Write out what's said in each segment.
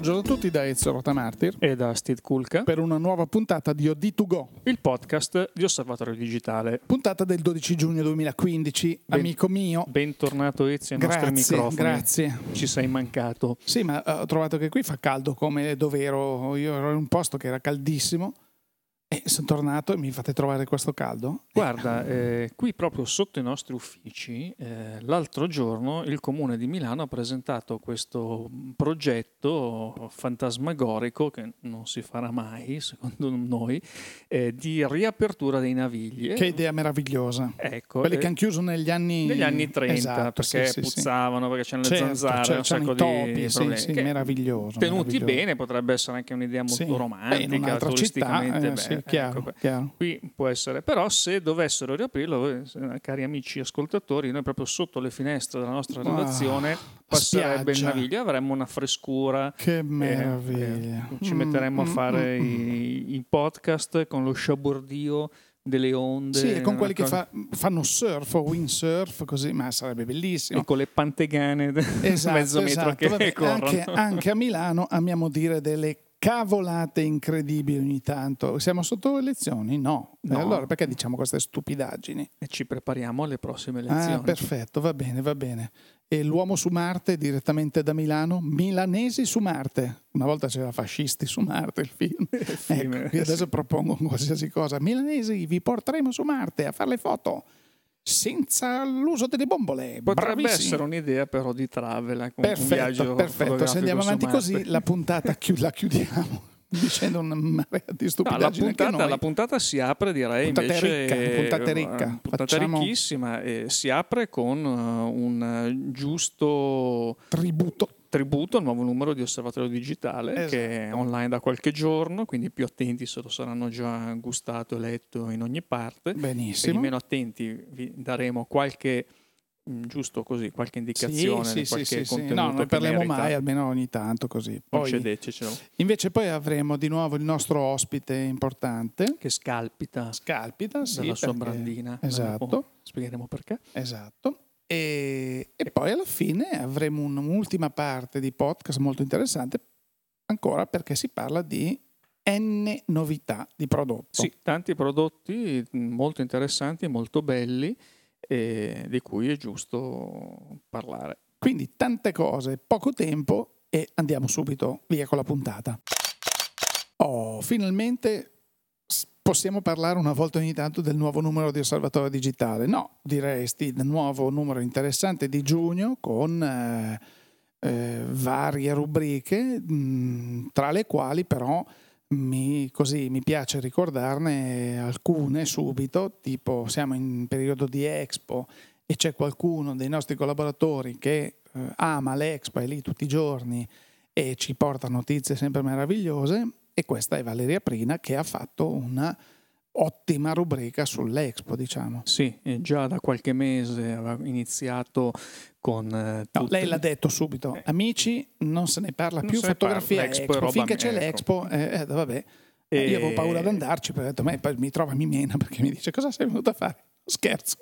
Buongiorno a tutti da Ezio Rotamartir e da Steve Kulka per una nuova puntata di OD2Go, il podcast di Osservatorio Digitale. Puntata del 12 giugno 2015, amico mio. Bentornato Ezio ai nostri microfoni. Grazie. Ci sei mancato. Sì, ma ho trovato che qui fa caldo come dove ero. Io ero in un posto che era caldissimo e sono tornato e mi fate trovare questo caldo? Guarda, qui proprio sotto i nostri uffici, l'altro giorno il Comune di Milano ha presentato questo progetto fantasmagorico, che non si farà mai, secondo noi, di riapertura dei Navigli. Che idea meravigliosa. Ecco, quelli che hanno chiuso negli anni 30, esatto, perché sì, puzzavano, perché c'erano le zanzare, un sacco i topi, di problemi. sì, meraviglioso. Tenuti bene, potrebbe essere anche un'idea molto romantica, in un'altra turisticamente città, chiaro. Qui può essere, però se dovessero riaprirlo, cari amici ascoltatori, noi proprio sotto le finestre della nostra redazione passerebbe il Naviglio, avremmo una frescura. Che meraviglia. Ci metteremmo a fare i podcast con lo sciabordio delle onde. Sì, con quelli che fanno surf o windsurf, così, ma sarebbe bellissimo. E con le pantegane mezzo metro che corrono. Anche a Milano amiamo dire delle cavolate incredibili ogni tanto. Siamo sotto elezioni? No. Allora perché diciamo queste stupidaggini? E ci prepariamo alle prossime elezioni. Perfetto, va bene. E l'uomo su Marte direttamente da Milano? Milanesi su Marte. Una volta c'era Fascisti su Marte il film. Ecco, io adesso propongo qualsiasi cosa. Milanesi, vi porteremo su Marte a fare le foto senza l'uso delle bombole. Potrebbe essere un'idea però di travel, un viaggio perfetto. Se andiamo avanti così la puntata la chiudiamo dicendo una marea di stupidaggini. La puntata si apre, direi, puntata ricca. Puntata ricchissima, e si apre con un giusto tributo al nuovo numero di Osservatorio Digitale, esatto, che è online da qualche giorno, quindi più attenti se lo saranno già gustato e letto in ogni parte. Benissimo. Per i meno attenti vi daremo qualche indicazione, qualche contenuto. No, non parliamo mai, almeno ogni tanto così. Concedetecelo. Invece poi avremo di nuovo il nostro ospite importante che scalpita dalla sua brandina. Esatto. Spiegheremo perché. Esatto. E poi alla fine avremo un'ultima parte di podcast molto interessante ancora, perché si parla di N novità di prodotto. Sì, tanti prodotti molto interessanti e molto belli, di cui è giusto parlare. Quindi tante cose, poco tempo e andiamo subito via con la puntata. Finalmente possiamo parlare una volta ogni tanto del nuovo numero di Osservatorio Digitale. No, diresti del nuovo numero interessante di giugno con varie rubriche, tra le quali però mi piace ricordarne alcune subito, tipo siamo in periodo di Expo e c'è qualcuno dei nostri collaboratori che ama l'Expo, è lì tutti i giorni e ci porta notizie sempre meravigliose, e questa è Valeria Prina, che ha fatto una ottima rubrica sull'Expo, diciamo. Sì, già da qualche mese aveva iniziato con lei l'ha detto subito, amici, non se ne parla più, fotografia Expo, finché c'è l'Expo, vabbè. Io avevo paura di andarci, perché ho detto, poi mi trova, mi mena, perché mi dice, cosa sei venuto a fare? Scherzo.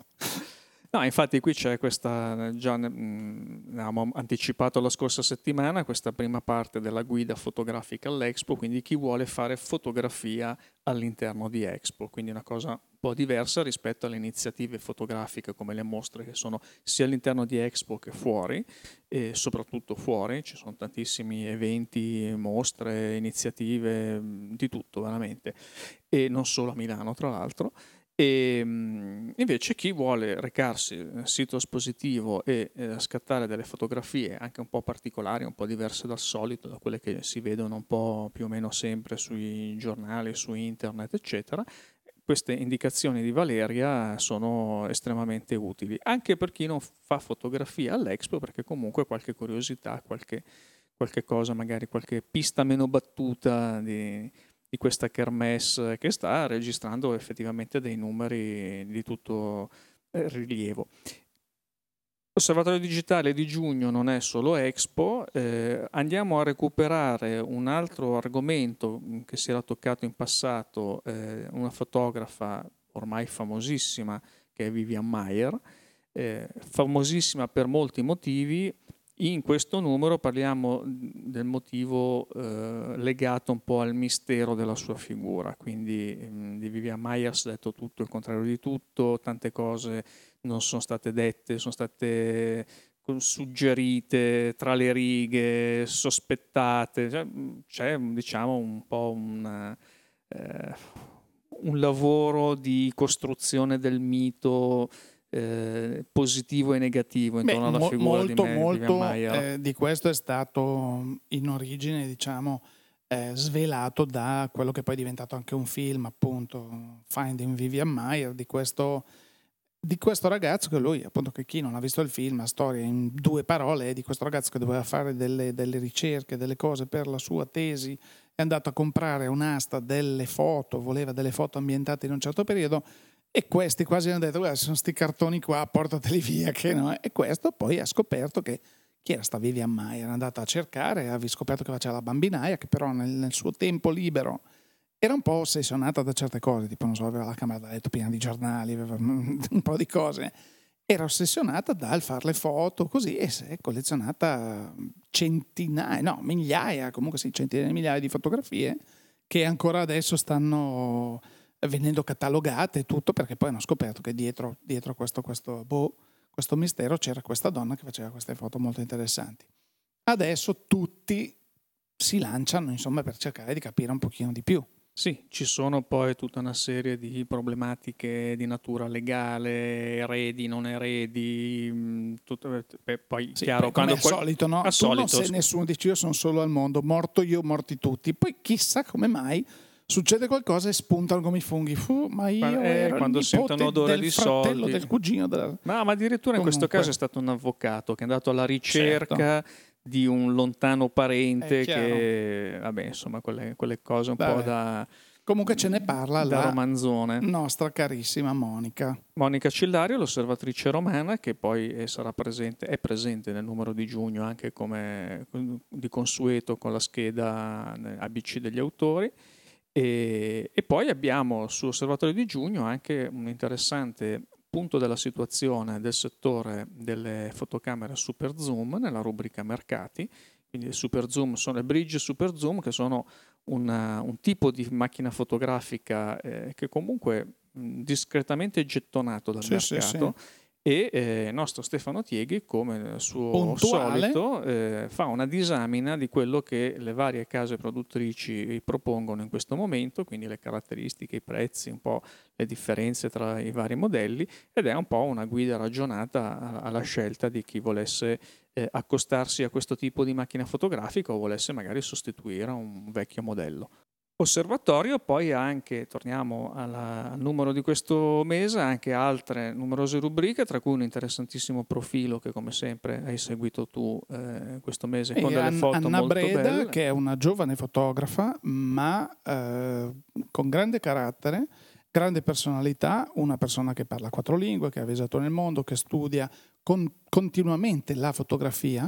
No, infatti qui c'è questa, già avevamo anticipato la scorsa settimana, questa prima parte della guida fotografica all'Expo, quindi chi vuole fare fotografia all'interno di Expo, quindi una cosa un po' diversa rispetto alle iniziative fotografiche come le mostre che sono sia all'interno di Expo che fuori, e soprattutto fuori, ci sono tantissimi eventi, mostre, iniziative, di tutto veramente, e non solo a Milano tra l'altro. E invece chi vuole recarsi nel sito espositivo e scattare delle fotografie anche un po' particolari, un po' diverse dal solito, da quelle che si vedono un po' più o meno sempre sui giornali, su internet, eccetera, queste indicazioni di Valeria sono estremamente utili, anche per chi non fa fotografia all'Expo, perché comunque qualche curiosità, qualche cosa, magari qualche pista meno battuta di questa kermesse che sta registrando effettivamente dei numeri di tutto rilievo. L'Osservatorio Digitale di giugno non è solo Expo, andiamo a recuperare un altro argomento che si era toccato in passato, una fotografa ormai famosissima che è Vivian Maier, famosissima per molti motivi, In questo numero parliamo del motivo legato un po' al mistero della sua figura, quindi di Vivian Myers detto tutto il contrario di tutto, tante cose non sono state dette, sono state suggerite tra le righe, sospettate, cioè, c'è diciamo un po' un lavoro di costruzione del mito positivo e negativo intorno alla figura di Vivian Maier. Di questo è stato in origine, diciamo, svelato da quello che poi è diventato anche un film, appunto, Finding Vivian Maier, di questo ragazzo che lui, appunto, che chi non ha visto il film, la storia in 2 parole è di questo ragazzo che doveva fare delle ricerche, delle cose per la sua tesi, è andato a comprare un'asta delle foto, voleva delle foto ambientate in un certo periodo, e questi quasi hanno detto: guarda, ci sono sti cartoni qua, portateli via, che no? E questo poi ha scoperto che chi era sta Vivian Maier, è andata a cercare, ha scoperto che faceva la bambinaia, che però nel suo tempo libero era un po' ossessionata da certe cose, tipo, non so, aveva la camera da letto piena di giornali, aveva un po' di cose. Era ossessionata dal fare le foto così, e si è collezionata migliaia, comunque sì, centinaia di migliaia di fotografie che ancora adesso stanno venendo catalogate e tutto, perché poi hanno scoperto che dietro questo mistero c'era questa donna che faceva queste foto molto interessanti. Adesso tutti si lanciano, insomma, per cercare di capire un pochino di più. Sì, ci sono poi tutta una serie di problematiche di natura legale, eredi, non eredi, tutto, poi sì, chiaro, come al solito, no? Al solito, non sei nessuno, dici io sono solo al mondo, morto io, morti tutti, poi chissà come mai succede qualcosa e spuntano come i funghi. Ma io ero quando il sentono odore di fratello soldi, del cugino ma addirittura in questo caso è stato un avvocato che è andato alla ricerca di un lontano parente che, vabbè, insomma, quelle cose un po' da... Comunque ce ne parla da la romanzone. Nostra carissima Monica Cillario, l'osservatrice romana, che poi è presente nel numero di giugno anche come di consueto con la scheda ABC degli autori. E poi abbiamo sull'osservatorio di giugno anche un interessante punto della situazione del settore delle fotocamere super zoom nella rubrica mercati. Quindi le super zoom sono le bridge super zoom, che sono un tipo di macchina fotografica che comunque discretamente gettonato dal mercato. Sì. E il nostro Stefano Tieghi, come suo puntuale, solito, fa una disamina di quello che le varie case produttrici propongono in questo momento, quindi le caratteristiche, i prezzi, un po' le differenze tra i vari modelli, ed è un po' una guida ragionata alla scelta di chi volesse accostarsi a questo tipo di macchina fotografica o volesse magari sostituire un vecchio modello. Osservatorio poi ha anche, torniamo al numero di questo mese, anche altre numerose rubriche, tra cui un interessantissimo profilo che come sempre hai seguito tu questo mese con delle foto Anna molto Breda, belle. che è una giovane fotografa ma con grande carattere, grande personalità, una persona che parla 4 lingue, che ha viaggiato nel mondo, che studia continuamente la fotografia.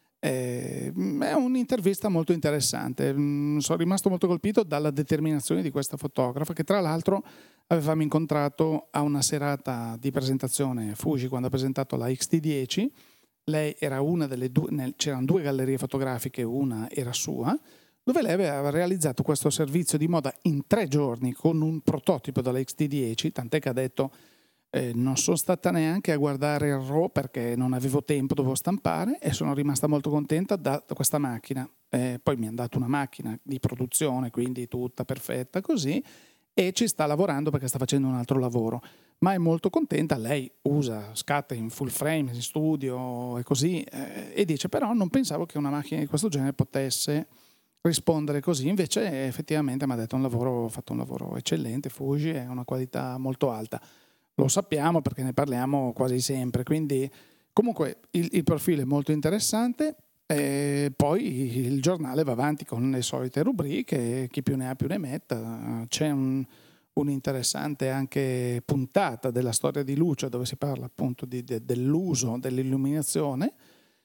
È un'intervista molto interessante. Sono rimasto molto colpito dalla determinazione di questa fotografa, che tra l'altro avevamo incontrato a una serata di presentazione Fuji quando ha presentato la XT10. Lei era una delle due, c'erano 2 gallerie fotografiche, una era sua, dove lei aveva realizzato questo servizio di moda in 3 giorni con un prototipo della XT10, tant'è che ha detto non sono stata neanche a guardare il RAW perché non avevo tempo, dovevo stampare, e sono rimasta molto contenta da questa macchina. Poi mi hanno dato una macchina di produzione, quindi tutta perfetta così, e ci sta lavorando perché sta facendo un altro lavoro. Ma è molto contenta, lei scatta in full frame, in studio e così, e dice però non pensavo che una macchina di questo genere potesse rispondere così, invece effettivamente mi ha detto ha fatto un lavoro eccellente, Fuji è una qualità molto alta. Lo sappiamo perché ne parliamo quasi sempre, quindi comunque il profilo è molto interessante. E poi il giornale va avanti con le solite rubriche, chi più ne ha più ne metta. C'è un'interessante anche puntata della storia di luce dove si parla appunto dell'uso dell'illuminazione,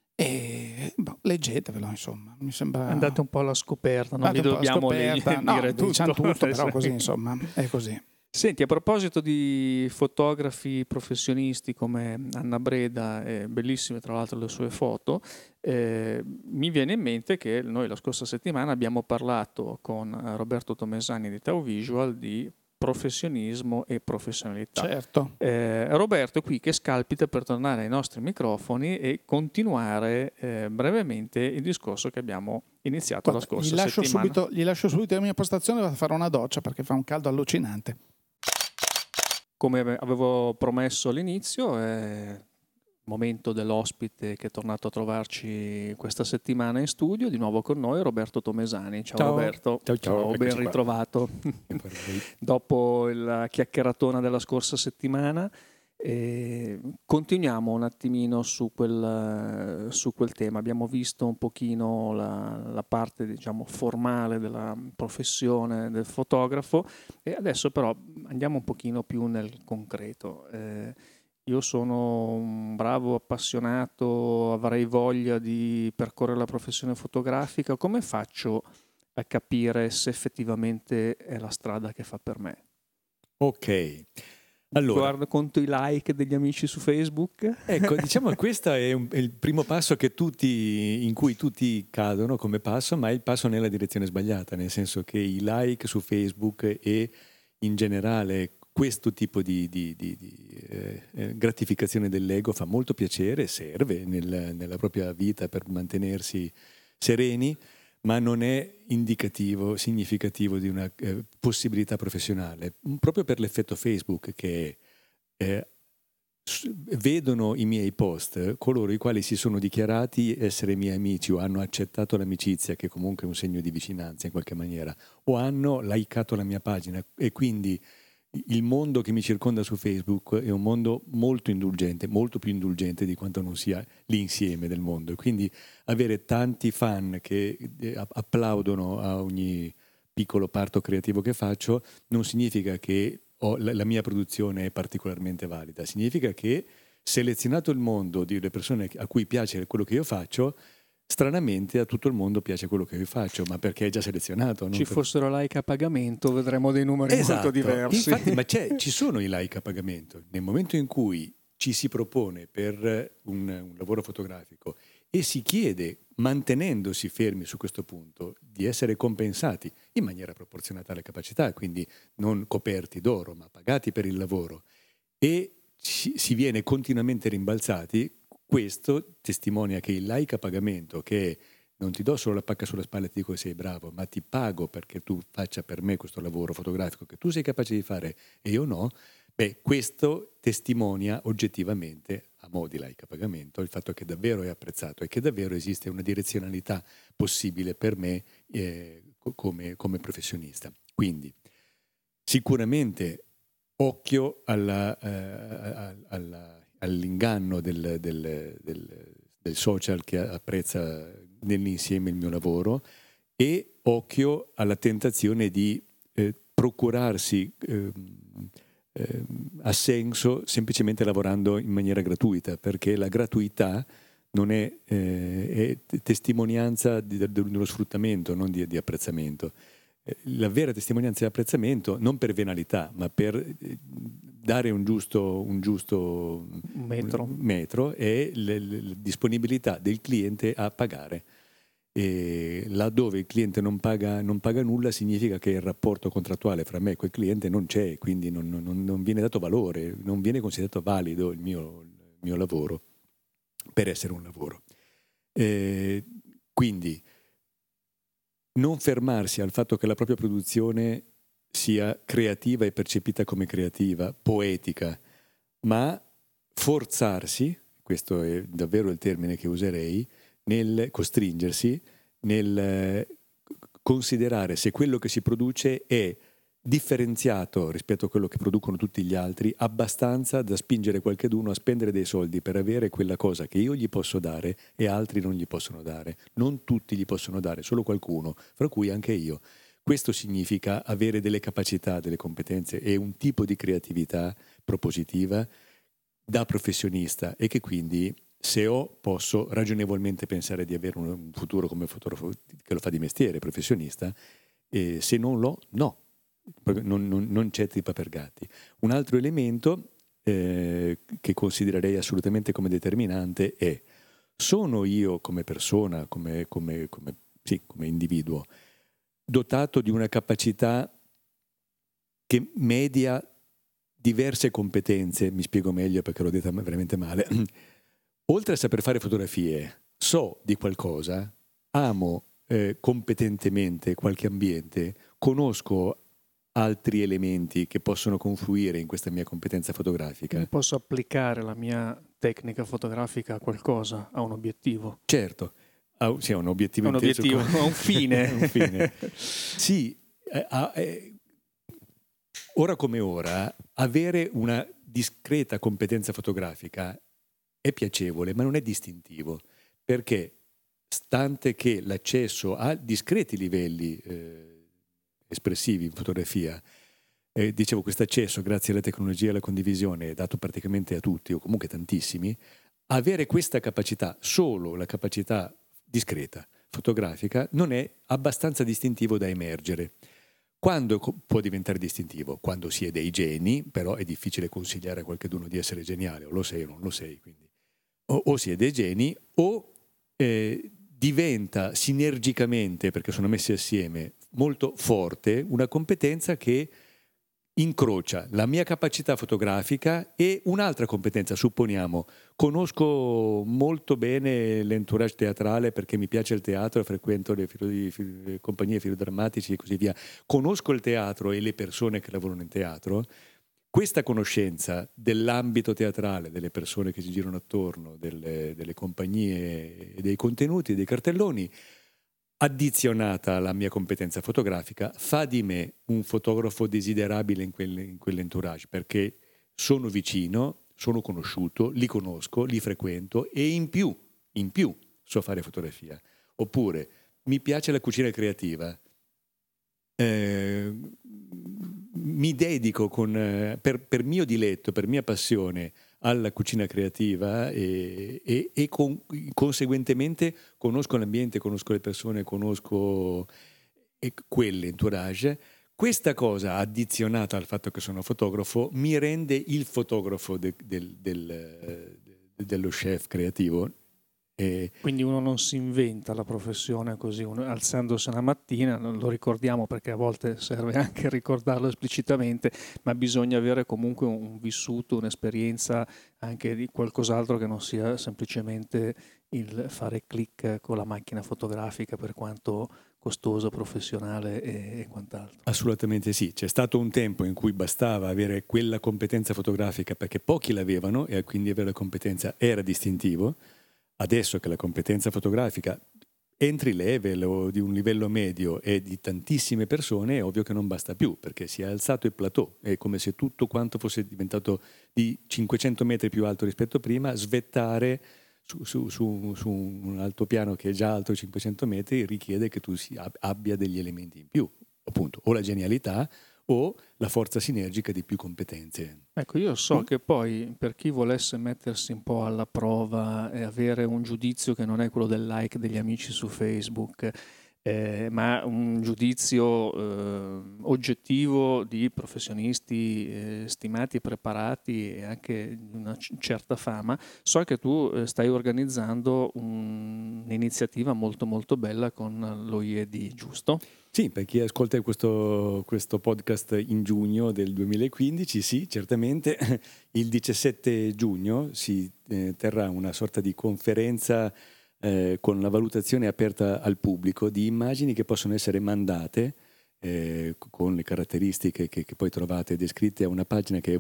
e leggetevelo, insomma, mi sembra. Andate un po' alla scoperta, non vi dobbiamo dire tutto, tutto. però così, insomma, è così. Senti, a proposito di fotografi professionisti come Anna Breda, bellissime tra l'altro le sue foto, mi viene in mente che noi la scorsa settimana abbiamo parlato con Roberto Tomesani di Tau Visual di professionismo e professionalità. Certo. Roberto è qui che scalpita per tornare ai nostri microfoni e continuare brevemente il discorso che abbiamo iniziato la scorsa settimana. Gli lascio subito la mia postazione e vado a fare una doccia perché fa un caldo allucinante. Come avevo promesso all'inizio, è il momento dell'ospite che è tornato a trovarci questa settimana in studio, di nuovo con noi Roberto Tomesani. Ciao Roberto. Ciao, ben ritrovato. Dopo la chiacchieratona della scorsa settimana, continuiamo un attimino su quel tema. Abbiamo visto un pochino la parte, diciamo, formale della professione del fotografo e adesso però andiamo un pochino più nel concreto. Io sono un bravo appassionato, avrei voglia di percorrere la professione fotografica. Come faccio a capire se effettivamente è la strada che fa per me? Ok. Allora, Conto i like degli amici su Facebook. Ecco, diciamo che questo è il primo passo in cui tutti cadono come passo, ma è il passo nella direzione sbagliata, nel senso che i like su Facebook e in generale questo tipo di gratificazione dell'ego fa molto piacere, serve nella propria vita per mantenersi sereni, ma non è indicativo, significativo di una possibilità professionale, proprio per l'effetto Facebook che vedono i miei post coloro i quali si sono dichiarati essere miei amici o hanno accettato l'amicizia, che comunque è un segno di vicinanza in qualche maniera, o hanno likeato la mia pagina, e quindi il mondo che mi circonda su Facebook è un mondo molto indulgente, molto più indulgente di quanto non sia l'insieme del mondo. Quindi avere tanti fan che applaudono a ogni piccolo parto creativo che faccio non significa che la mia produzione è particolarmente valida. Significa che, selezionato il mondo delle persone a cui piace quello che io faccio, stranamente a tutto il mondo piace quello che io faccio, ma perché è già selezionato. Ci fossero like a pagamento, vedremo dei numeri molto diversi. Infatti, ma ci sono i like a pagamento. Nel momento in cui ci si propone per un lavoro fotografico e si chiede, mantenendosi fermi su questo punto, di essere compensati in maniera proporzionata alle capacità, quindi non coperti d'oro, ma pagati per il lavoro, e si viene continuamente rimbalzati, questo testimonia che il like a pagamento, che non ti do solo la pacca sulla spalla e ti dico che sei bravo, ma ti pago perché tu faccia per me questo lavoro fotografico che tu sei capace di fare e io no, questo testimonia oggettivamente, a mo' di like a pagamento, il fatto che davvero è apprezzato e che davvero esiste una direzionalità possibile per me come professionista. Quindi sicuramente occhio all'inganno del social che apprezza nell'insieme il mio lavoro, e occhio alla tentazione di procurarsi assenso semplicemente lavorando in maniera gratuita, perché la gratuità non è testimonianza dello sfruttamento, non di apprezzamento. La vera testimonianza di apprezzamento, non per venalità, ma per dare un giusto metro, è la disponibilità del cliente a pagare. E laddove il cliente non paga nulla, significa che il rapporto contrattuale fra me e quel cliente non c'è, quindi non viene dato valore, non viene considerato valido il mio lavoro per essere un lavoro. Quindi non fermarsi al fatto che la propria produzione sia creativa e percepita come creativa, poetica, ma forzarsi, questo è davvero il termine che userei, nel costringersi, nel considerare se quello che si produce è differenziato rispetto a quello che producono tutti gli altri, abbastanza da spingere qualcheduno a spendere dei soldi per avere quella cosa che io gli posso dare e altri non gli possono dare. Non tutti gli possono dare, solo qualcuno, fra cui anche io. Questo significa avere delle capacità, delle competenze e un tipo di creatività propositiva da professionista, e che quindi, se posso ragionevolmente pensare di avere un futuro come fotografo che lo fa di mestiere, professionista, e se non l'ho, no. non c'è trippa per gatti. Un altro elemento che considererei assolutamente come determinante è: sono io come persona, come individuo, dotato di una capacità che media diverse competenze? Mi spiego meglio perché l'ho detta veramente male. Oltre a saper fare fotografie, so di qualcosa, amo competentemente qualche ambiente, conosco altri elementi che possono confluire in questa mia competenza fotografica. Quindi posso applicare la mia tecnica fotografica a qualcosa, a un obiettivo. Certo, sì, a un obiettivo, a un fine. un fine. Sì, ora come ora, avere una discreta competenza fotografica è piacevole, ma non è distintivo, perché stante che l'accesso a discreti livelli espressivi in fotografia, dicevo, questo accesso grazie alla tecnologia e alla condivisione è dato praticamente a tutti, o comunque tantissimi, avere questa capacità, solo la capacità discreta fotografica, non è abbastanza distintivo da emergere. Quando può diventare distintivo? Quando si è dei geni, però è difficile consigliare a qualcuno di essere geniale, o lo sei o non lo sei, quindi o si è dei geni o diventa sinergicamente, perché sono messi assieme, molto forte una competenza che incrocia la mia capacità fotografica e un'altra competenza. Supponiamo, conosco molto bene l'entourage teatrale perché mi piace il teatro, frequento le compagnie filodrammatici e così via. Conosco il teatro e le persone che lavorano in teatro. Questa conoscenza dell'ambito teatrale, delle persone che si girano attorno, delle compagnie, dei contenuti, dei cartelloni, addizionata alla mia competenza fotografica, fa di me un fotografo desiderabile in quell'entourage, perché sono vicino, sono conosciuto, li conosco, li frequento e in più so fare fotografia. Oppure mi piace la cucina creativa, mi dedico per mio diletto, per mia passione alla cucina creativa e conseguentemente conosco l'ambiente, conosco le persone, conosco quell'entourage. Questa cosa, addizionata al fatto che sono fotografo, mi rende il fotografo dello chef creativo. Quindi uno non si inventa la professione così, alzandosi una mattina, lo ricordiamo perché a volte serve anche ricordarlo esplicitamente, ma bisogna avere comunque un vissuto, un'esperienza anche di qualcos'altro che non sia semplicemente il fare click con la macchina fotografica, per quanto costosa, professionale e quant'altro. Assolutamente sì, c'è stato un tempo in cui bastava avere quella competenza fotografica perché pochi l'avevano e quindi avere la competenza era distintivo. Adesso che la competenza fotografica entry level o di un livello medio è di tantissime persone, è ovvio che non basta più, perché si è alzato il plateau, è come se tutto quanto fosse diventato di 500 metri più alto rispetto a prima. Svettare su un altopiano che è già alto 500 metri richiede che tu abbia degli elementi in più, appunto, o la genialità o la forza sinergica di più competenze. Ecco, io so che poi per chi volesse mettersi un po' alla prova e avere un giudizio che non è quello del like degli amici su Facebook, ma un giudizio oggettivo di professionisti stimati, preparati e anche di una certa fama, so che tu stai organizzando un'iniziativa molto molto bella con l'OIED, giusto? Sì, per chi ascolta questo podcast in giugno del 2015, sì, certamente il 17 giugno si terrà una sorta di conferenza con la valutazione aperta al pubblico di immagini che possono essere mandate con le caratteristiche che poi trovate descritte a una pagina che è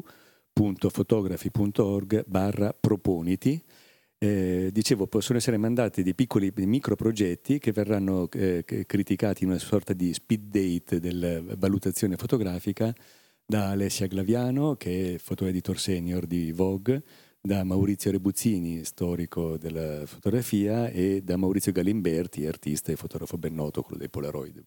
www.fotografi.org/proponiti. Dicevo, possono essere mandati dei piccoli microprogetti che verranno criticati in una sorta di speed date della valutazione fotografica da Alessia Glaviano, che è fotoeditor senior di Vogue, da Maurizio Rebuzzini, storico della fotografia, e da Maurizio Galimberti, artista e fotografo ben noto, quello dei Polaroid.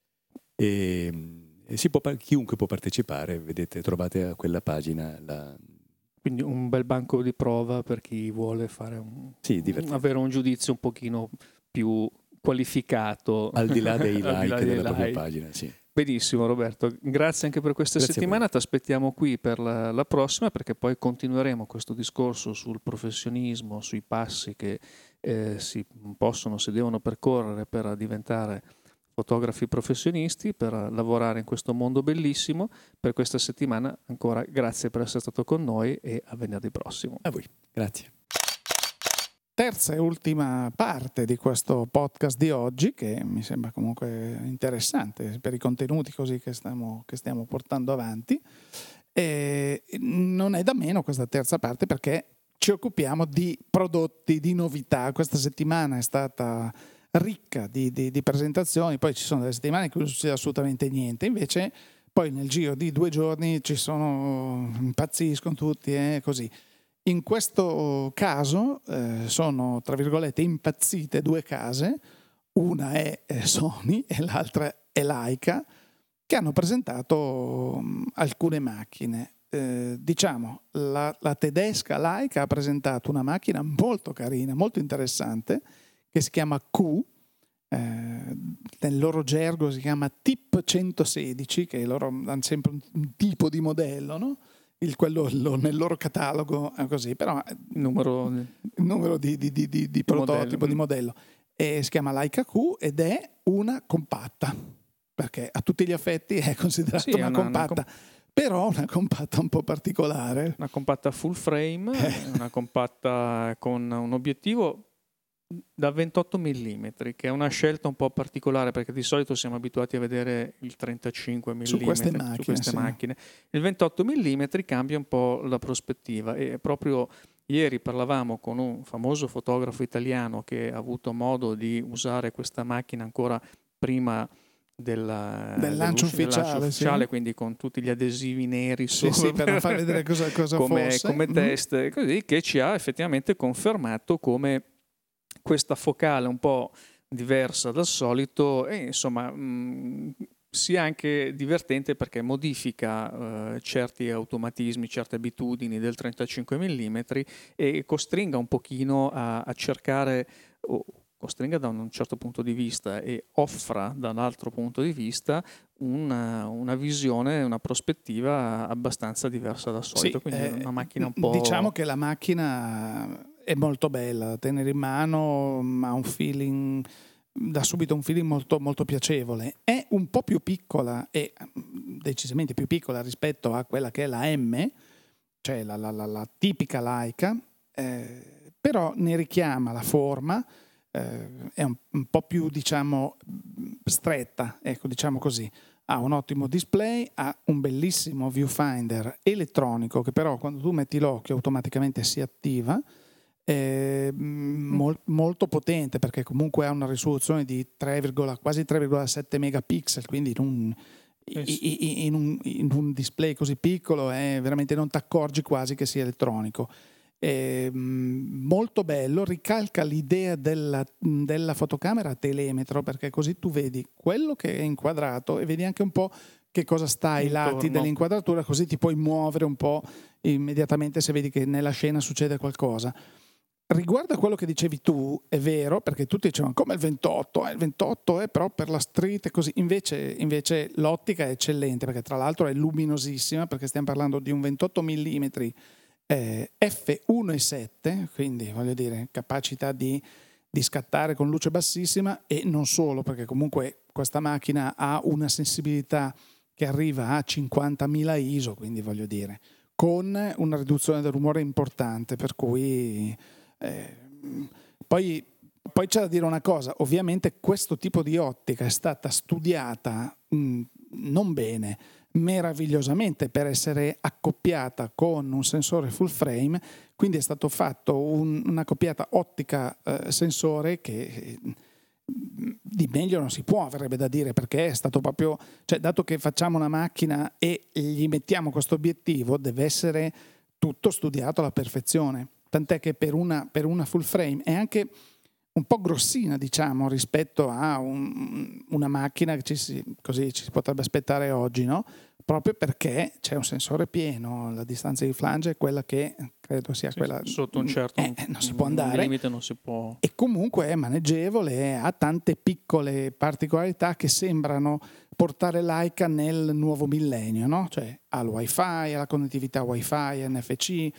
Chiunque può partecipare, vedete, trovate a quella pagina Quindi un bel banco di prova per chi vuole fare avere un giudizio un pochino più qualificato. Al di là dei like della propria pagina, sì. Benissimo Roberto, grazie anche per questa settimana, ti aspettiamo qui per la prossima, perché poi continueremo questo discorso sul professionismo, sui passi che si possono, si devono percorrere per diventare fotografi professionisti, per lavorare in questo mondo bellissimo. Per questa settimana ancora grazie per essere stato con noi e a venerdì prossimo. A voi, grazie. Terza e ultima parte di questo podcast di oggi, che mi sembra comunque interessante per i contenuti così che stiamo portando avanti. E non è da meno questa terza parte, perché ci occupiamo di prodotti, di novità. Questa settimana è stata ricca di presentazioni, poi ci sono delle settimane in cui non succede assolutamente niente, invece poi nel giro di 2 giorni impazziscono tutti e così. In questo caso sono, tra virgolette, impazzite 2 case, una è Sony e l'altra è Leica, che hanno presentato alcune macchine. Diciamo, la tedesca Leica ha presentato una macchina molto carina, molto interessante, che si chiama Q, nel loro gergo si chiama TIP 116, che loro hanno sempre un tipo di modello, no? Quello nel loro catalogo è così, però numero di prototipo, di modello. E si chiama Leica Q ed è una compatta, perché a tutti gli effetti è considerata una compatta. Però una compatta un po' particolare. Una compatta full frame, una compatta con un obiettivo da 28 mm, che è una scelta un po' particolare, perché di solito siamo abituati a vedere il 35 mm su queste macchine. Il 28 mm cambia un po' la prospettiva, e proprio ieri parlavamo con un famoso fotografo italiano che ha avuto modo di usare questa macchina ancora prima del lancio ufficiale, quindi con tutti gli adesivi neri per far vedere cosa fosse come test, così, che ci ha effettivamente confermato come questa focale un po' diversa dal solito e insomma sia anche divertente, perché modifica certi automatismi, certe abitudini del 35 mm e costringa un pochino a cercare, costringa da un certo punto di vista e offra da un altro punto di vista una visione, una prospettiva abbastanza diversa dal solito. Quindi è una macchina un po'... Diciamo che la macchina è molto bella da tenere in mano, ha un feeling, dà subito un feeling molto, molto piacevole. È un po' più piccola, e decisamente più piccola rispetto a quella che è la M, cioè la tipica Leica, però ne richiama la forma, è un po' più, diciamo, stretta, ecco, diciamo così. Ha un ottimo display, ha un bellissimo viewfinder elettronico che però quando tu metti l'occhio automaticamente si attiva, molto potente, perché comunque ha una risoluzione di quasi 3,7 megapixel, quindi in un display così piccolo veramente non ti accorgi quasi che sia elettronico. Molto bello, ricalca l'idea della fotocamera a telemetro, perché così tu vedi quello che è inquadrato e vedi anche un po' che cosa sta ai lati dell'inquadratura, così ti puoi muovere un po' immediatamente se vedi che nella scena succede qualcosa. Riguardo a quello che dicevi tu, è vero, perché tutti dicevano come il 28, il 28 è però per la street e così, invece l'ottica è eccellente, perché tra l'altro è luminosissima, perché stiamo parlando di un 28 mm f1.7, quindi voglio dire capacità di scattare con luce bassissima, e non solo, perché comunque questa macchina ha una sensibilità che arriva a 50.000 ISO, quindi voglio dire, con una riduzione del rumore importante, per cui poi c'è da dire una cosa: ovviamente questo tipo di ottica è stata studiata non bene, meravigliosamente, per essere accoppiata con un sensore full frame, quindi è stato fatto una accoppiata ottica sensore che di meglio non si può, verrebbe da dire, perché è stato proprio, cioè, dato che facciamo una macchina e gli mettiamo questo obiettivo, deve essere tutto studiato alla perfezione, tant'è che per una full frame è anche un po' grossina, diciamo, rispetto a una macchina che così ci si potrebbe aspettare oggi, no? Proprio perché c'è un sensore pieno, la distanza di flange è quella che credo sia quella sotto un certo non si può andare, limite non si può. e comunque è maneggevole, ha tante piccole particolarità che sembrano portare Leica nel nuovo millennio, no? Cioè ha il wifi, ha la connettività wifi, NFC,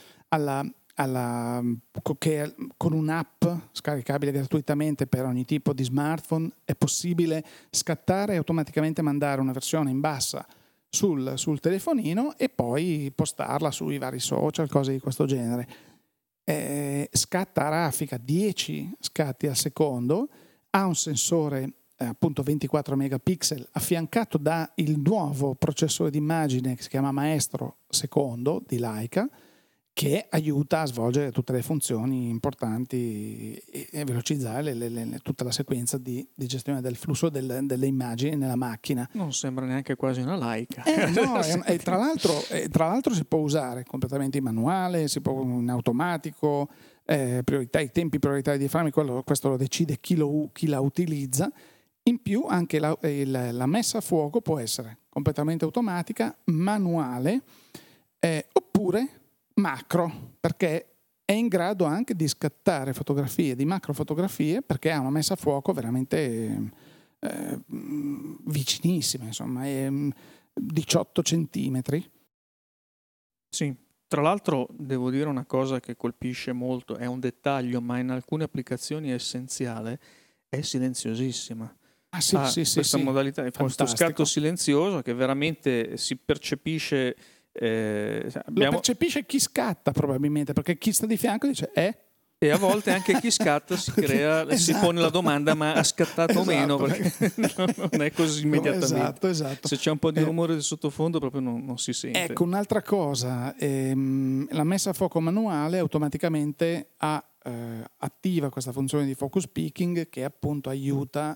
che con un'app scaricabile gratuitamente per ogni tipo di smartphone è possibile scattare e automaticamente mandare una versione in bassa sul telefonino e poi postarla sui vari social, cose di questo genere. Scatta a raffica 10 scatti al secondo, ha un sensore appunto 24 megapixel affiancato da il nuovo processore d'immagine che si chiama Maestro secondo di Leica, che aiuta a svolgere tutte le funzioni importanti e velocizzare tutta la sequenza di gestione del flusso delle immagini nella macchina. Non sembra neanche quasi una Leica. No, e tra l'altro si può usare completamente in manuale, si può in automatico, i tempi prioritari di diaframmi, questo lo decide chi la utilizza. In più anche la messa a fuoco può essere completamente automatica, manuale, oppure macro, perché è in grado anche di scattare fotografie, di macrofotografie, perché ha una messa a fuoco veramente vicinissima, insomma, è 18 centimetri. Sì, tra l'altro devo dire una cosa che colpisce molto, è un dettaglio, ma in alcune applicazioni è essenziale, è silenziosissima. Sì, questa modalità, questo scatto silenzioso che veramente si percepisce. Lo percepisce chi scatta probabilmente, perché chi sta di fianco dice e a volte anche chi scatta si pone la domanda: ma ha scattato o meno, perché non è così immediatamente. Esatto. Se c'è un po' di rumore di sottofondo proprio non si sente. Ecco, un'altra cosa, la messa a fuoco manuale automaticamente attiva questa funzione di focus picking che appunto aiuta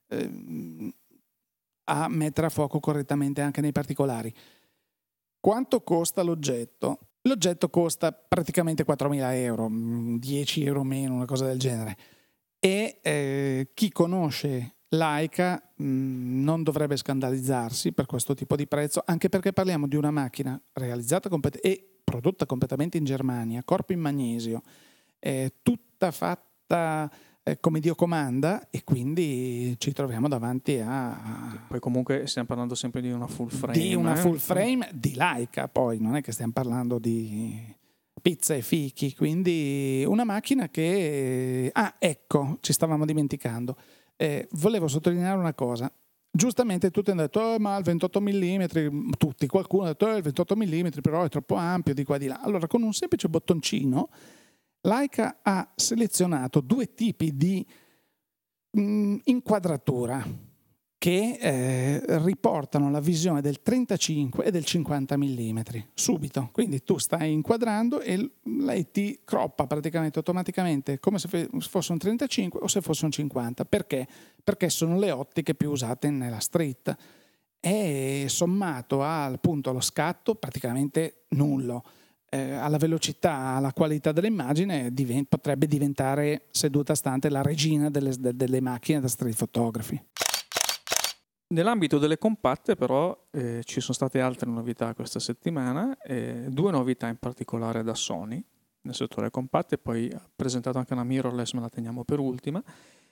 a mettere a fuoco correttamente anche nei particolari. Quanto costa l'oggetto? L'oggetto costa praticamente 4.000 euro, 10 euro meno, una cosa del genere. E chi conosce Leica non dovrebbe scandalizzarsi per questo tipo di prezzo, anche perché parliamo di una macchina realizzata e prodotta completamente in Germania, corpo in magnesio, tutta fatta come Dio comanda, e quindi ci troviamo davanti a... Poi comunque stiamo parlando sempre di una full frame. Di una full frame di Leica, poi non è che stiamo parlando di pizza e fichi, quindi una macchina che... ecco, ci stavamo dimenticando. Volevo sottolineare una cosa. Giustamente tutti hanno detto ma il 28 mm, qualcuno ha detto il 28 mm però è troppo ampio di qua e di là. Allora, con un semplice bottoncino Leica ha selezionato due tipi di inquadratura che riportano la visione del 35 e del 50 mm subito. Quindi tu stai inquadrando e lei ti croppa praticamente automaticamente come se fosse un 35 o se fosse un 50. Perché? Perché sono le ottiche più usate nella street. E sommato appunto allo scatto praticamente nullo. Alla velocità, alla qualità dell'immagine potrebbe diventare seduta stante la regina delle macchine da street photography. Nell'ambito delle compatte però ci sono state altre novità questa settimana, due novità in particolare da Sony nel settore compatte, poi ha presentato anche una mirrorless, ma la teniamo per ultima,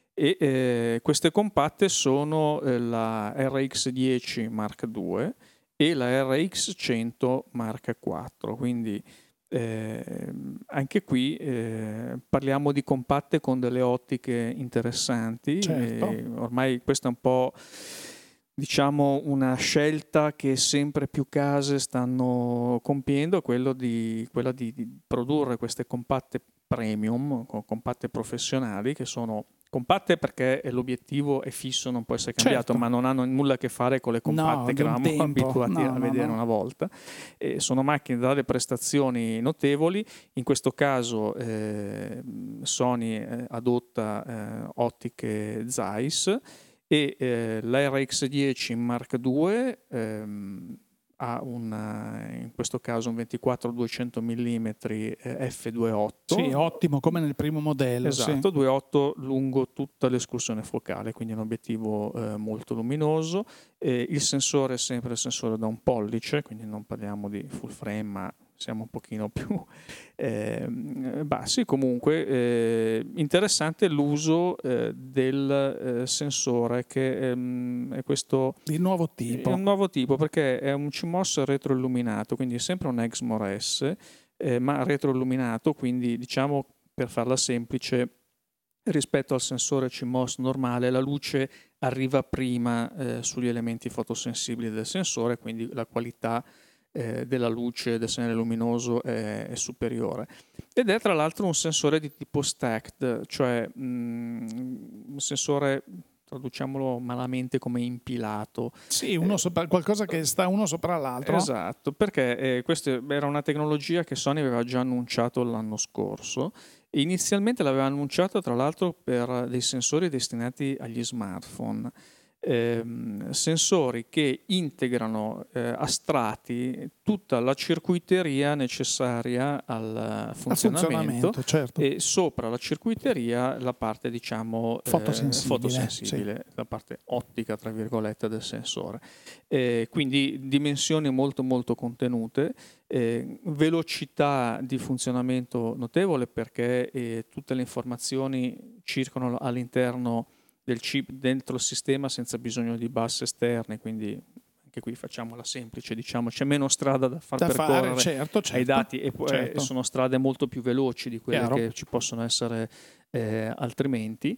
e queste compatte sono la RX10 Mark II e la RX100 Mark IV, quindi anche qui parliamo di compatte con delle ottiche interessanti. Certo. Ormai questa è un po', diciamo, una scelta che sempre più case stanno compiendo, quella di produrre queste compatte premium, compatte professionali, che sono compatte perché l'obiettivo è fisso, non può essere cambiato, certo, ma non hanno nulla a che fare con le compatte che eravamo abituati a vedere una volta. Sono macchine da delle prestazioni notevoli. In questo caso Sony adotta ottiche Zeiss, e la RX10 Mark II ha in questo caso un 24-200 mm f2.8. Sì, ottimo, come nel primo modello. Esatto, 2.8 lungo tutta l'escursione focale, quindi un obiettivo molto luminoso. Il sensore è sempre il sensore da 1 pollice, quindi non parliamo di full frame, ma siamo un pochino più bassi. Comunque interessante l'uso del sensore, che è questo il nuovo tipo. È un nuovo tipo, perché è un CMOS retroilluminato, quindi è sempre un Exmor S, ma retroilluminato, quindi diciamo, per farla semplice, rispetto al sensore CMOS normale la luce arriva prima sugli elementi fotosensibili del sensore, quindi la qualità della luce del segnale luminoso è superiore, ed è tra l'altro un sensore di tipo stacked, cioè un sensore, traduciamolo malamente, come impilato. Sì, qualcosa che sta uno sopra l'altro. Esatto, perché questa era una tecnologia che Sony aveva già annunciato l'anno scorso. Inizialmente l'aveva annunciata tra l'altro per dei sensori destinati agli smartphone. Sensori che integrano a strati tutta la circuiteria necessaria al funzionamento, certo. E sopra la circuiteria la parte, diciamo, fotosensibile, sì, la parte ottica tra virgolette del sensore, quindi dimensioni molto molto contenute, velocità di funzionamento notevole, perché tutte le informazioni circolano all'interno del chip dentro il sistema senza bisogno di bus esterne, quindi anche qui facciamola semplice, diciamo, c'è meno strada da percorrere certo. ai dati, e sono strade molto più veloci di quelle che ci possono essere altrimenti.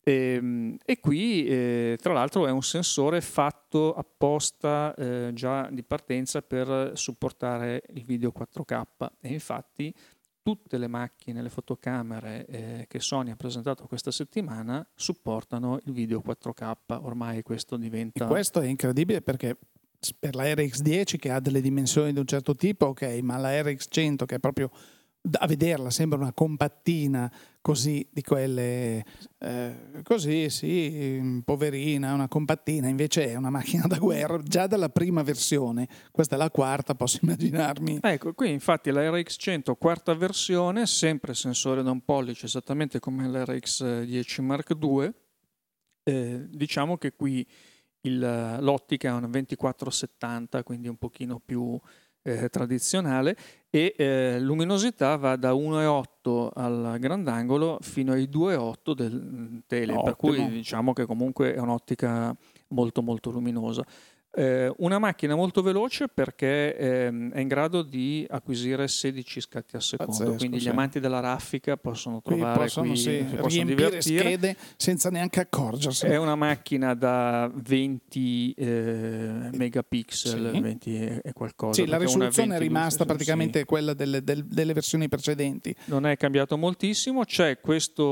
E qui tra l'altro è un sensore fatto apposta già di partenza per supportare il video 4K, e infatti tutte le macchine, le fotocamere che Sony ha presentato questa settimana supportano il video 4K. Ormai questo diventa... E questo è incredibile, perché per la RX10, che ha delle dimensioni di un certo tipo, ok, ma la RX100, che è proprio, a vederla sembra una compattina così, di quelle così, sì, poverina, una compattina, invece è una macchina da guerra già dalla prima versione. Questa è la quarta, posso immaginarmi. Ecco, qui infatti la RX100 quarta versione, sempre sensore da 1 pollice, esattamente come la RX10 Mark II. Diciamo che qui l'ottica è una 24-70, quindi un pochino più tradizionale, e luminosità va da 1.8 al grandangolo fino ai 2.8 del tele, per cui diciamo che comunque è un'ottica molto molto luminosa. Una macchina molto veloce, perché è in grado di acquisire 16 scatti al secondo. Pazzesco, quindi gli amanti della raffica possono trovare possono riempire schede senza neanche accorgersi. È una macchina da 20 megapixel, sì. 20 e qualcosa. Sì, la risoluzione è rimasta praticamente quella delle versioni precedenti. Non è cambiato moltissimo. C'è questo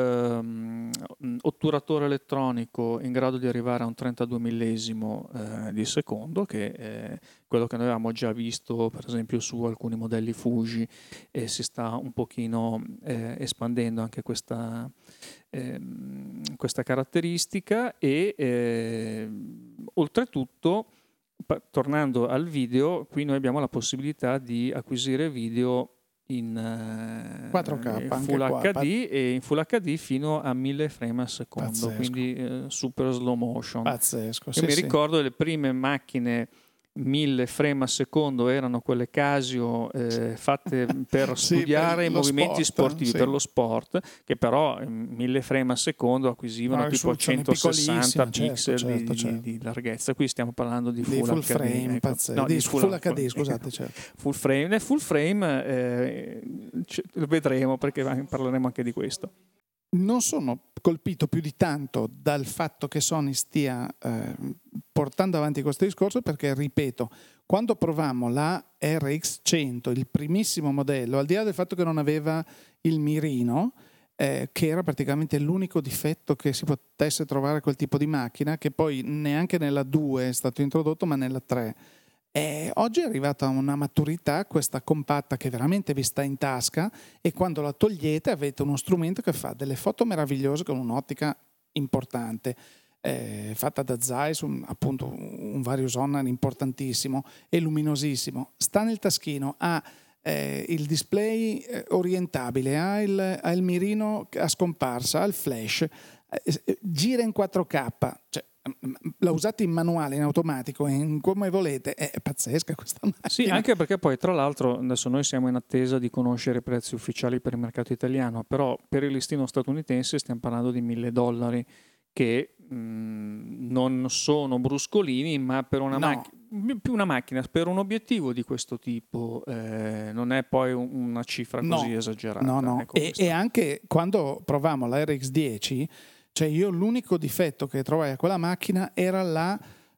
otturatore elettronico in grado di arrivare a un 32 millesimo di secondo, che è quello che noi avevamo già visto per esempio su alcuni modelli Fuji, e si sta un pochino espandendo anche questa caratteristica. E oltretutto, tornando al video, qui noi abbiamo la possibilità di acquisire video in 4K, Full HD, e in Full HD fino a 1000 frame al secondo. Pazzesco. Quindi super slow motion. Pazzesco. Io mi ricordo le prime macchine 1000 frame al secondo erano quelle Casio fatte per studiare i movimenti sportivi, per lo sport, che però 1000 frame al secondo acquisivano tipo 160 pixel di larghezza. Qui stiamo parlando di full frame, di full HD, scusate, certo. Full frame. Nel full frame lo vedremo, perché parleremo anche di questo. Non sono colpito più di tanto dal fatto che Sony stia portando avanti questo discorso, perché, ripeto, quando provammo la RX100, il primissimo modello, al di là del fatto che non aveva il mirino, che era praticamente l'unico difetto che si potesse trovare a quel tipo di macchina, che poi neanche nella 2 è stato introdotto, ma nella 3. Oggi è arrivata una maturità, questa compatta, che veramente vi sta in tasca, e quando la togliete avete uno strumento che fa delle foto meravigliose con un'ottica importante. fatta da Zeiss, appunto un Various Honor importantissimo e luminosissimo, sta nel taschino, ha il display orientabile, ha il mirino a scomparsa, ha il flash, gira in 4K, cioè, l'ha usata in manuale, in automatico, come volete, è pazzesca questa macchina. Sì, anche perché poi tra l'altro adesso noi siamo in attesa di conoscere i prezzi ufficiali per il mercato italiano, però per il listino statunitense stiamo parlando di $1.000 che non sono bruscolini, ma per una più una macchina per un obiettivo di questo tipo non è poi una cifra così esagerata. No. Ecco, e anche quando provavamo la RX10, cioè io l'unico difetto che trovai a quella macchina era la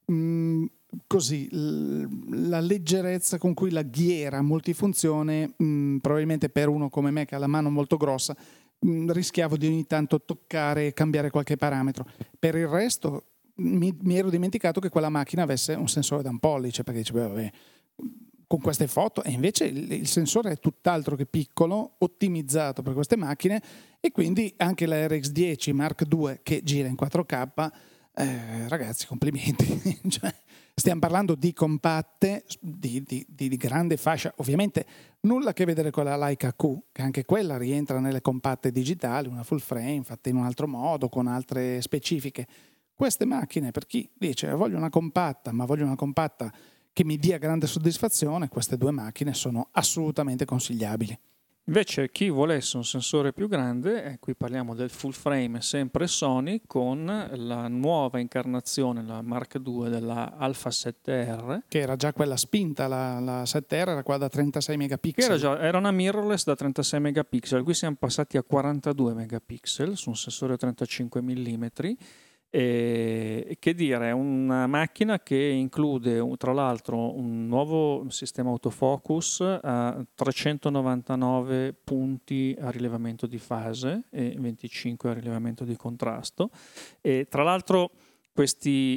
leggerezza con cui la ghiera multifunzione, probabilmente per uno come me che ha la mano molto grossa, rischiavo di ogni tanto toccare e cambiare qualche parametro. Per il resto mi ero dimenticato che quella macchina avesse un sensore da un pollice, perché dicevo, vabbè, con queste foto, e invece il sensore è tutt'altro che piccolo, ottimizzato per queste macchine, e quindi anche la RX10 Mark II che gira in 4K, ragazzi, complimenti. Cioè, stiamo parlando di compatte, di grande fascia, ovviamente nulla a che vedere con la Leica Q, che anche quella rientra nelle compatte digitali, una full frame fatta in un altro modo, con altre specifiche. Queste macchine, per chi dice voglio una compatta, ma voglio una compatta che mi dia grande soddisfazione, queste due macchine sono assolutamente consigliabili. Invece chi volesse un sensore più grande, qui parliamo del full frame sempre Sony con la nuova incarnazione, la Mark II della Alpha 7R. Che era già quella spinta, la 7R era quella da 36 megapixel. Era una mirrorless da 36 megapixel, qui siamo passati a 42 megapixel su un sensore 35 mm. Che dire, è una macchina che include tra l'altro un nuovo sistema autofocus a 399 punti a rilevamento di fase e 25 a rilevamento di contrasto, e tra l'altro questi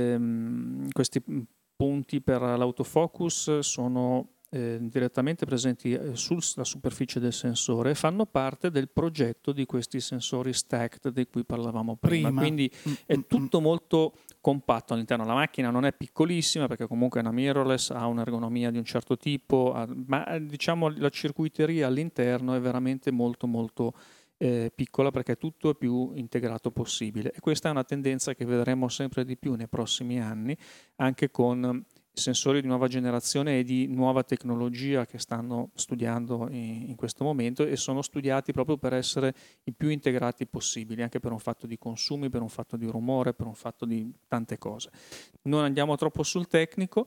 punti per l'autofocus sono direttamente presenti sulla superficie del sensore e fanno parte del progetto di questi sensori stacked di cui parlavamo prima. Quindi è tutto molto compatto all'interno. La macchina non è piccolissima perché comunque è una mirrorless, ha un'ergonomia di un certo tipo, ma diciamo la circuiteria all'interno è veramente molto molto piccola, perché tutto è più integrato possibile, e questa è una tendenza che vedremo sempre di più nei prossimi anni, anche con sensori di nuova generazione e di nuova tecnologia che stanno studiando in questo momento, e sono studiati proprio per essere i più integrati possibili, anche per un fatto di consumi, per un fatto di rumore, per un fatto di tante cose. Non andiamo troppo sul tecnico.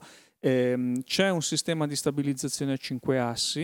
C'è un sistema di stabilizzazione a 5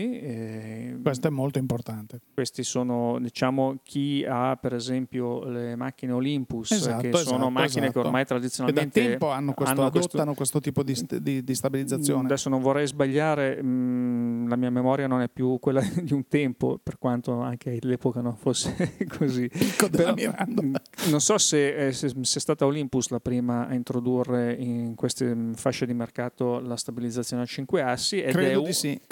assi. Questo è molto importante. Questi sono, diciamo, chi ha per esempio le macchine Olympus, che sono macchine che ormai tradizionalmente e da tempo adottano questo tipo di stabilizzazione. Adesso non vorrei sbagliare, la mia memoria non è più quella di un tempo, per quanto anche all'epoca non fosse così. Però, non so se è stata Olympus la prima a introdurre in queste fasce di mercato la stabilizzazione a 5 assi, ed credo di sì,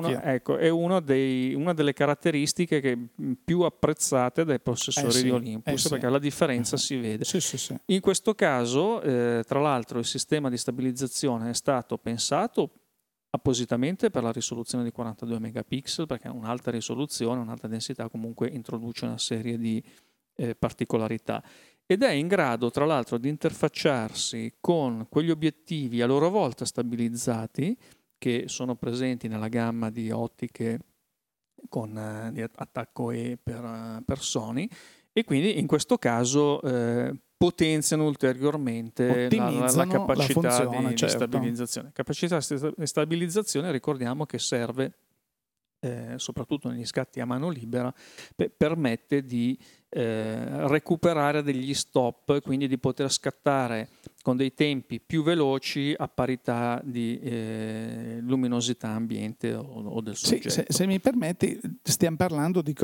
è una delle caratteristiche che più apprezzate dai possessori di Olympus, perché la differenza si vede. Sì. In questo caso, tra l'altro, il sistema di stabilizzazione è stato pensato appositamente per la risoluzione di 42 megapixel, perché un'alta risoluzione, un'alta densità comunque introduce una serie di particolarità, ed è in grado tra l'altro di interfacciarsi con quegli obiettivi a loro volta stabilizzati che sono presenti nella gamma di ottiche con di attacco E per Sony, e quindi in questo caso potenziano ulteriormente la capacità di stabilizzazione. Capacità di stabilizzazione, ricordiamo che serve soprattutto negli scatti a mano libera, permette di recuperare degli stop, quindi di poter scattare con dei tempi più veloci a parità di luminosità ambiente o del soggetto. Sì, se mi permetti, stiamo parlando di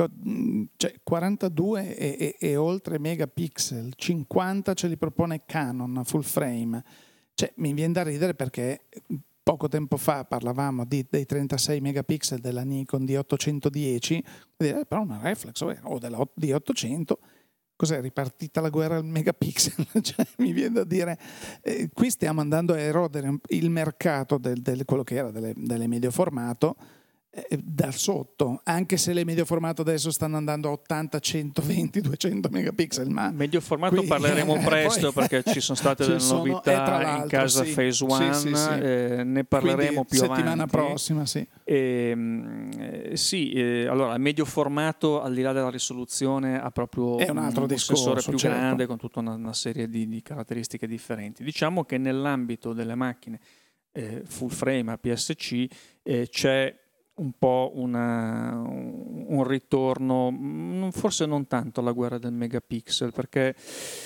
42 e oltre megapixel, 50 ce li propone Canon full frame. Cioè, mi viene da ridere perché poco tempo fa parlavamo dei 36 megapixel della Nikon D810, però una reflex o della D800 cos'è, ripartita la guerra al megapixel? Cioè, mi viene da dire, qui stiamo andando a erodere il mercato quello che era delle medio formato da sotto, anche se le medio formato adesso stanno andando a 80, 120, 200 megapixel, ma medio formato qui, parleremo presto poi, perché ci sono state delle novità in casa sì, Phase One, sì. ne parleremo quindi, più settimana avanti. Prossima, sì. Allora il medio formato, al di là della risoluzione, ha proprio È un altro discorso, sensore più certo. grande con tutta una serie di caratteristiche differenti. Diciamo che nell'ambito delle macchine full frame APS-C c'è un po' un ritorno, forse non tanto alla guerra del megapixel, perché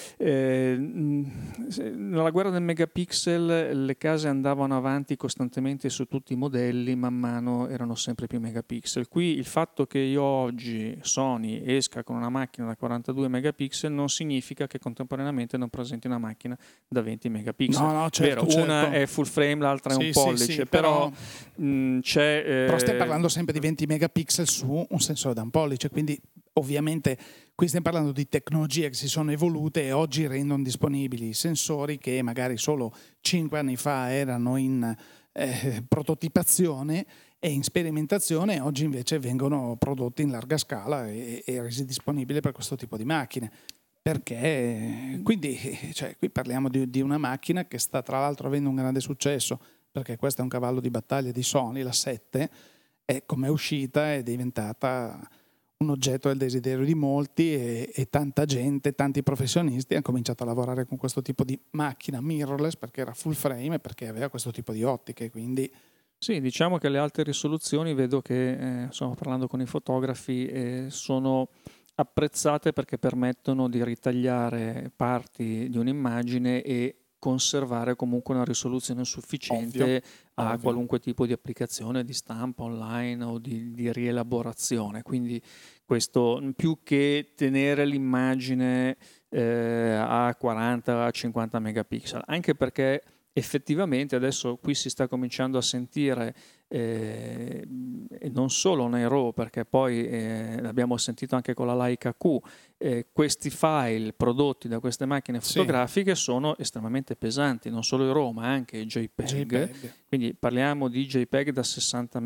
nella guerra del megapixel le case andavano avanti costantemente su tutti i modelli, man mano erano sempre più megapixel. Qui il fatto che io oggi, Sony, esca con una macchina da 42 megapixel non significa che contemporaneamente non presenti una macchina da 20 megapixel. No, certo, vero, una certo. è full frame, l'altra è un Sì, pollice, sì, però c'è... Però stiamo parlando sempre di 20 megapixel su un sensore da un pollice, quindi ovviamente qui stiamo parlando di tecnologie che si sono evolute e oggi rendono disponibili sensori che magari solo 5 anni fa erano in prototipazione e in sperimentazione, oggi invece vengono prodotti in larga scala e resi disponibili per questo tipo di macchine. Perché quindi qui parliamo di una macchina che sta tra l'altro avendo un grande successo, perché questo è un cavallo di battaglia di Sony, la 7, e come è uscita è diventata un oggetto del desiderio di molti e tanta gente, tanti professionisti hanno cominciato a lavorare con questo tipo di macchina mirrorless perché era full frame e perché aveva questo tipo di ottiche, quindi... Sì, diciamo che le alte risoluzioni vedo che, parlando con i fotografi, sono apprezzate perché permettono di ritagliare parti di un'immagine e conservare comunque una risoluzione sufficiente a qualunque tipo di applicazione di stampa online o di rielaborazione. Quindi questo, più che tenere l'immagine a 40-50 megapixel, anche perché effettivamente adesso qui si sta cominciando a sentire, e non solo nei RAW, perché poi l'abbiamo sentito anche con la Leica Q, questi file prodotti da queste macchine fotografiche sono estremamente pesanti, non solo i RAW ma anche i JPEG. Quindi parliamo di JPEG da 60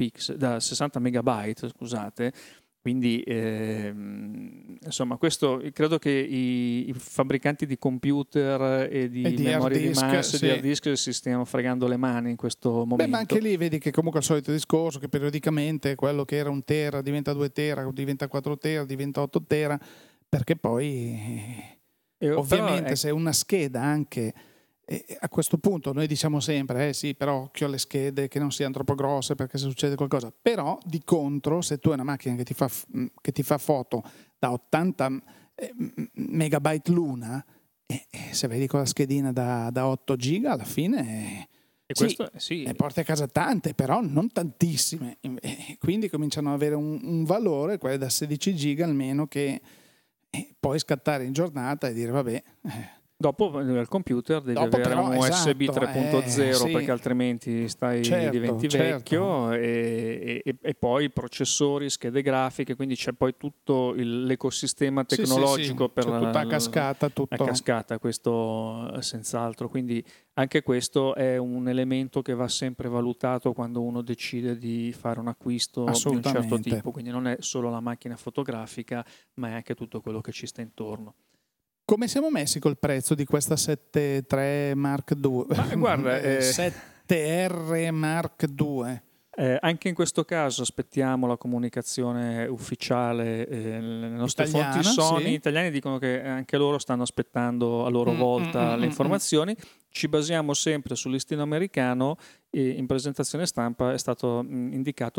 megabyte, scusate. Quindi insomma questo credo che i fabbricanti di computer e di memorie di massa e di hard disk si stiano fregando le mani in questo momento. Beh, ma anche lì vedi che comunque è il solito discorso che periodicamente quello che era 1 tera diventa 2 tera, diventa 4 tera, diventa 8 tera, perché poi ovviamente se una scheda anche... E a questo punto noi diciamo sempre sì, però occhio alle schede che non siano troppo grosse perché se succede qualcosa, però di contro se tu hai una macchina che ti fa foto da 80 megabyte l'una se vedi con la schedina da 8 giga alla fine ne porti a casa tante, però non tantissime, quindi cominciano ad avere un valore, quelle da 16 giga almeno, che puoi scattare in giornata e dire vabbè. Dopo il computer devi avere un USB 3.0 perché altrimenti diventi vecchio e poi processori, schede grafiche, quindi c'è poi tutto l'ecosistema tecnologico per tutta a cascata, a cascata, questo senz'altro, quindi anche questo è un elemento che va sempre valutato quando uno decide di fare un acquisto di un certo tipo, quindi non è solo la macchina fotografica ma è anche tutto quello che ci sta intorno. Come siamo messi col prezzo di questa 7.3 Mark II? Ma guarda, 7R Mark II. Anche in questo caso aspettiamo la comunicazione ufficiale. Le nostre fonti Sony italiane dicono che anche loro stanno aspettando a loro volta le informazioni. Ci basiamo sempre sul listino americano e in presentazione stampa è stato indicato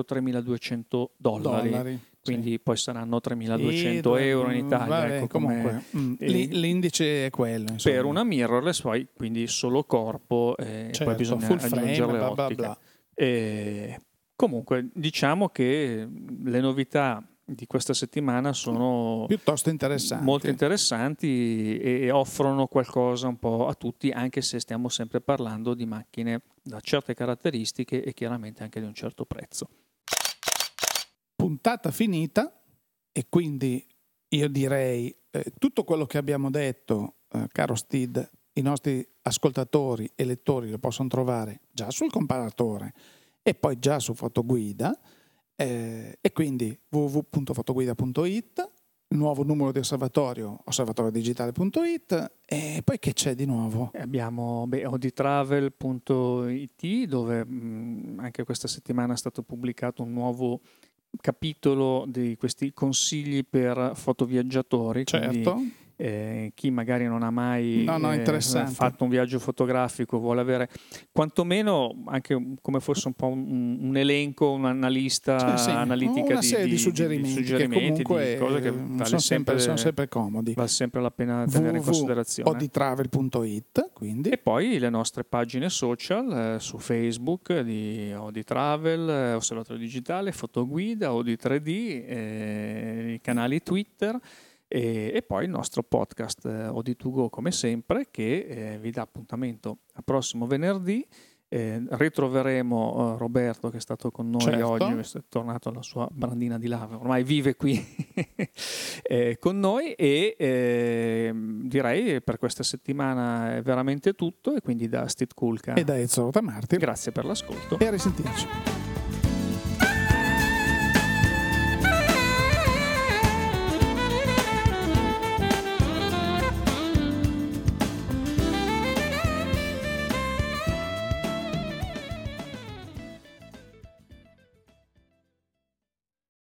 $3.200. Quindi poi saranno 3.200 euro in Italia. Vabbè, ecco, comunque l'indice è quello. Insomma. Per una mirrorless poi, quindi solo corpo, poi bisogna aggiungere le ottiche. Comunque diciamo che le novità di questa settimana sono piuttosto interessanti, molto interessanti e offrono qualcosa un po' a tutti, anche se stiamo sempre parlando di macchine da certe caratteristiche e chiaramente anche di un certo prezzo. Puntata finita e quindi io direi tutto quello che abbiamo detto, caro Steve, i nostri ascoltatori e lettori lo possono trovare già sul comparatore e poi già su Fotoguida, e quindi www.fotoguida.it, il nuovo numero di osservatorio, osservatoriodigitale.it, e poi che c'è di nuovo? Abbiamo auditravel.it, dove anche questa settimana è stato pubblicato un nuovo capitolo di questi consigli per fotoviaggiatori. Certo. Quindi, chi magari non ha mai fatto un viaggio fotografico, vuole avere quantomeno anche come fosse un po' un elenco, una lista analitica, una serie di suggerimenti che comunque di cose che sono sempre comodi. Vale sempre la pena tenere in considerazione. Auditravel.it, quindi. E poi le nostre pagine social su Facebook di Auditravel, Osservatorio Digitale, Fotoguida, Audi3D, i canali Twitter. E poi il nostro podcast Audi2Go, come sempre, che vi dà appuntamento al prossimo venerdì. Ritroveremo Roberto, che è stato con noi oggi, è tornato alla sua brandina di lava, ormai vive qui con noi, e direi per questa settimana è veramente tutto, e quindi da Steve Kulka e da Ezio Rotamartir, grazie per l'ascolto e a risentirci.